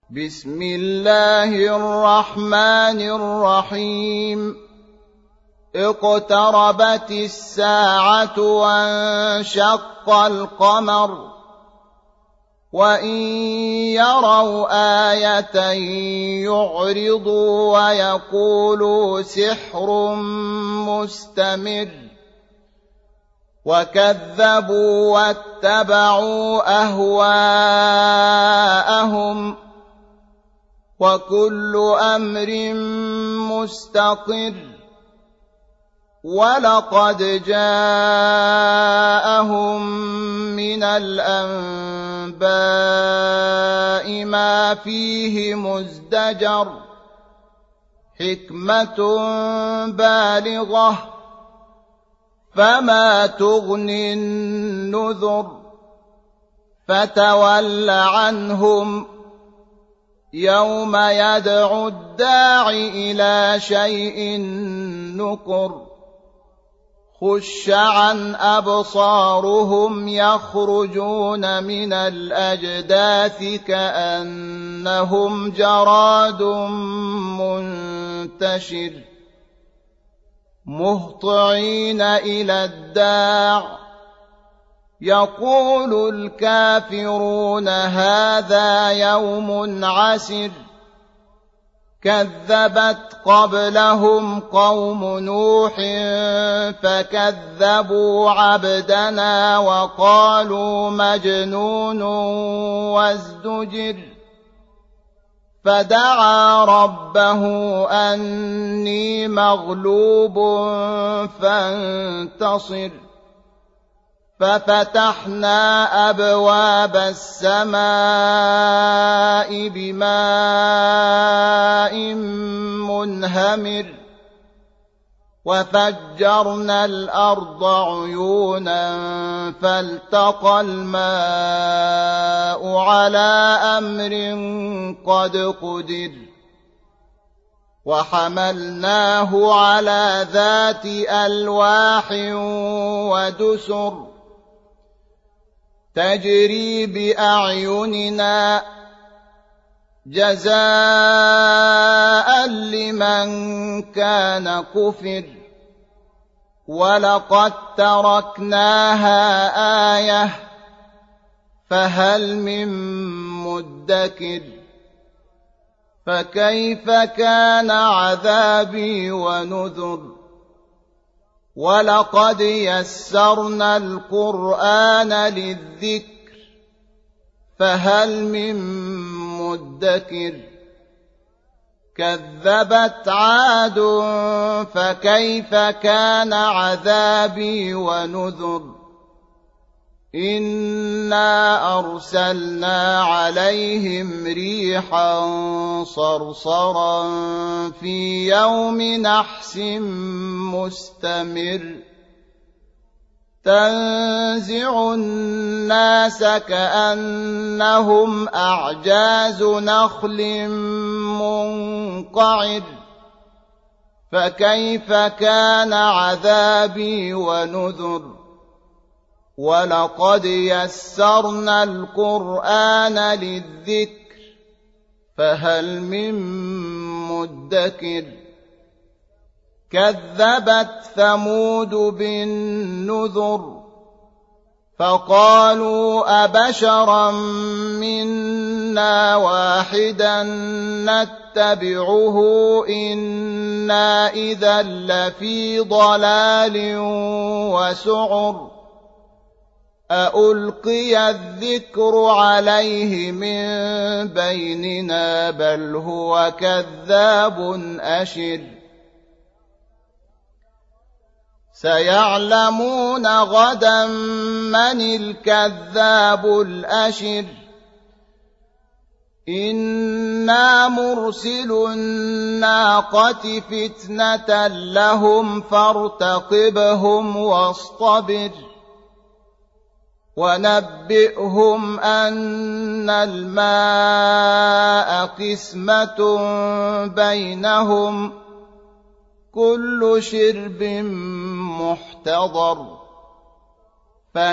بسم الله الرحمن الرحيم اقتربت الساعة وانشق القمر وإن يروا آية يعرضوا ويقولوا سحر مستمر وكذبوا واتبعوا أهواءهم وكل أمر مستقر ولقد جاءهم من الأنباء ما فيه مزدجر حكمة بالغة فما تغني النذر فتول عنهم يوم يدعو الداع إلى شيء نكر خش عن أبصارهم يخرجون من الأجداث كأنهم جراد منتشر مهطعين إلى الداع يقول الكافرون هذا يوم عسر كذبت قبلهم قوم نوح فكذبوا عبدنا وقالوا مجنون وازدجر فدعا ربه أني مغلوب فانتصر ففتحنا أبواب السماء بماء منهمر وفجرنا الأرض عيونا فالتقى الماء على أمر قد قدر وحملناه على ذات ألواح ودسر تجري بأعيننا جزاء لمن كان كفر ولقد تركناها آية فهل من مدكر فكيف كان عذابي ونذر ولقد يسرنا القرآن للذكر فهل من مدكر كذبت عاد فكيف كان عذابي ونذر إنا أرسلنا عليهم ريحا صرصرا في يوم نحس مستمر تنزع الناس كأنهم أعجاز نخل منقعر فكيف كان عذابي ونذر ولقد يسرنا القرآن للذكر فهل من مدكر كذبت ثمود بالنذر فقالوا أبشرا منا واحدا نتبعه إنا إذا لفي ضلال وسعر أألقي الذكر عليه من بيننا بل هو كذاب أشر سيعلمون غدا من الكذاب الأشر إنا مرسل الناقة فتنة لهم فارتقبهم واصطبر ونبئهم أن الماء قسمة بينهم كل شرب محتضر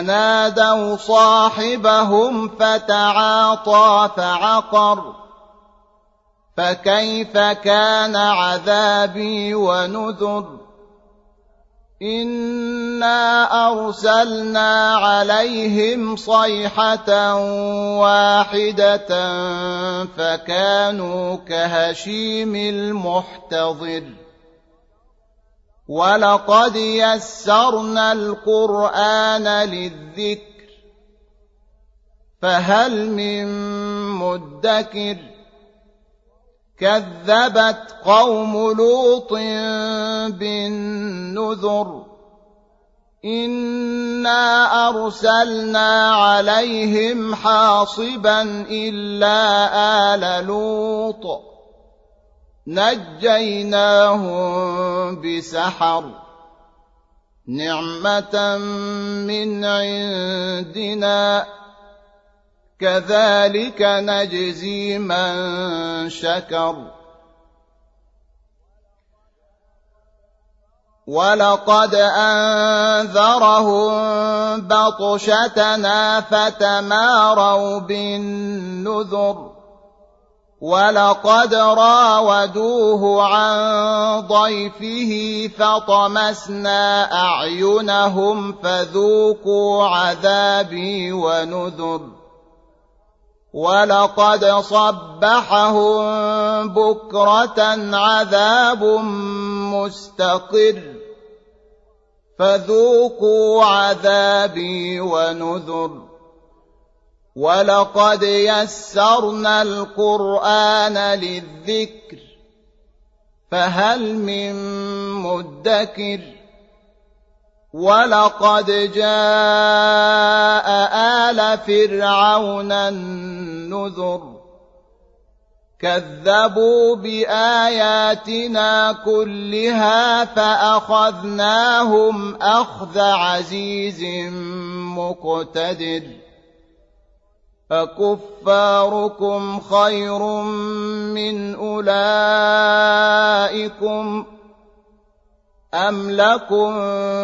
فنادوا صاحبهم فتعاطى فعقر فكيف كان عذابي ونذر إنا أرسلنا عليهم صيحة واحدة فكانوا كهشيم المحتضر ولقد يسرنا القرآن للذكر فهل من مدكر كذبت قوم لوط بالنذر إنا أرسلنا عليهم حاصبا إلا آل لوط نجيناهم بسحر نعمة من عندنا كذلك نجزي من شكر ولقد أنذرهم بطشتنا فتماروا بالنذر ولقد راودوه عن ضيفه فطمسنا أعينهم فذوقوا عذابي ونذر ولقد صبحهم بكرة عذاب مستقر فذوقوا عذابي ونذر ولقد يسرنا القرآن للذكر فهل من مدكر ولقد جاء آل فرعون النذر كذبوا بآياتنا كلها فأخذناهم أخذ عزيز مقتدر أكفاركم خير من أولئكم أم لكم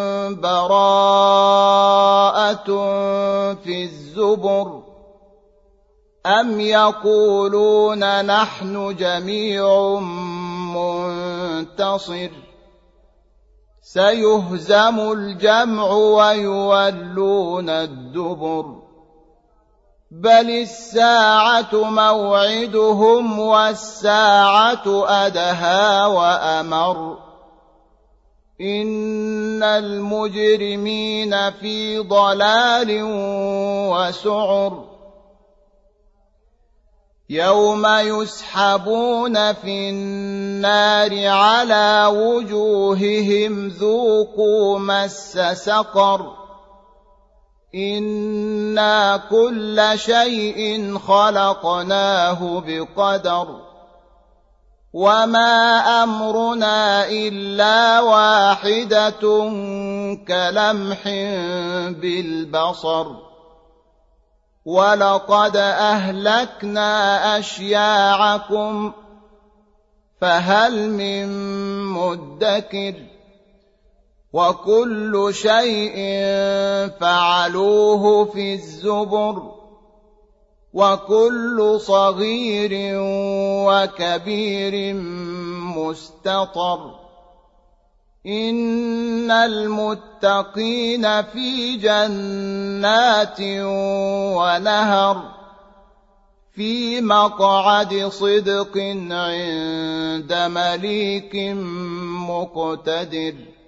براءة في الزبر أم يقولون نحن جميع منتصر سيهزم الجمع ويولون الدبر بل الساعة موعدهم والساعة أدهى وأمر إن المجرمين في ضلال وسعر يوم يسحبون في النار على وجوههم ذوقوا مس سقر إنا كل شيء خلقناه بقدر وما أمرنا إلا واحدة كلمح بالبصر ولقد أهلكنا أشياعكم فهل من مدكر وكل شيء فعلوه في الزبر وكل صغير وكبير مستطر إن المتقين في جنات ونهر في مقعد صدق عند مليك مقتدر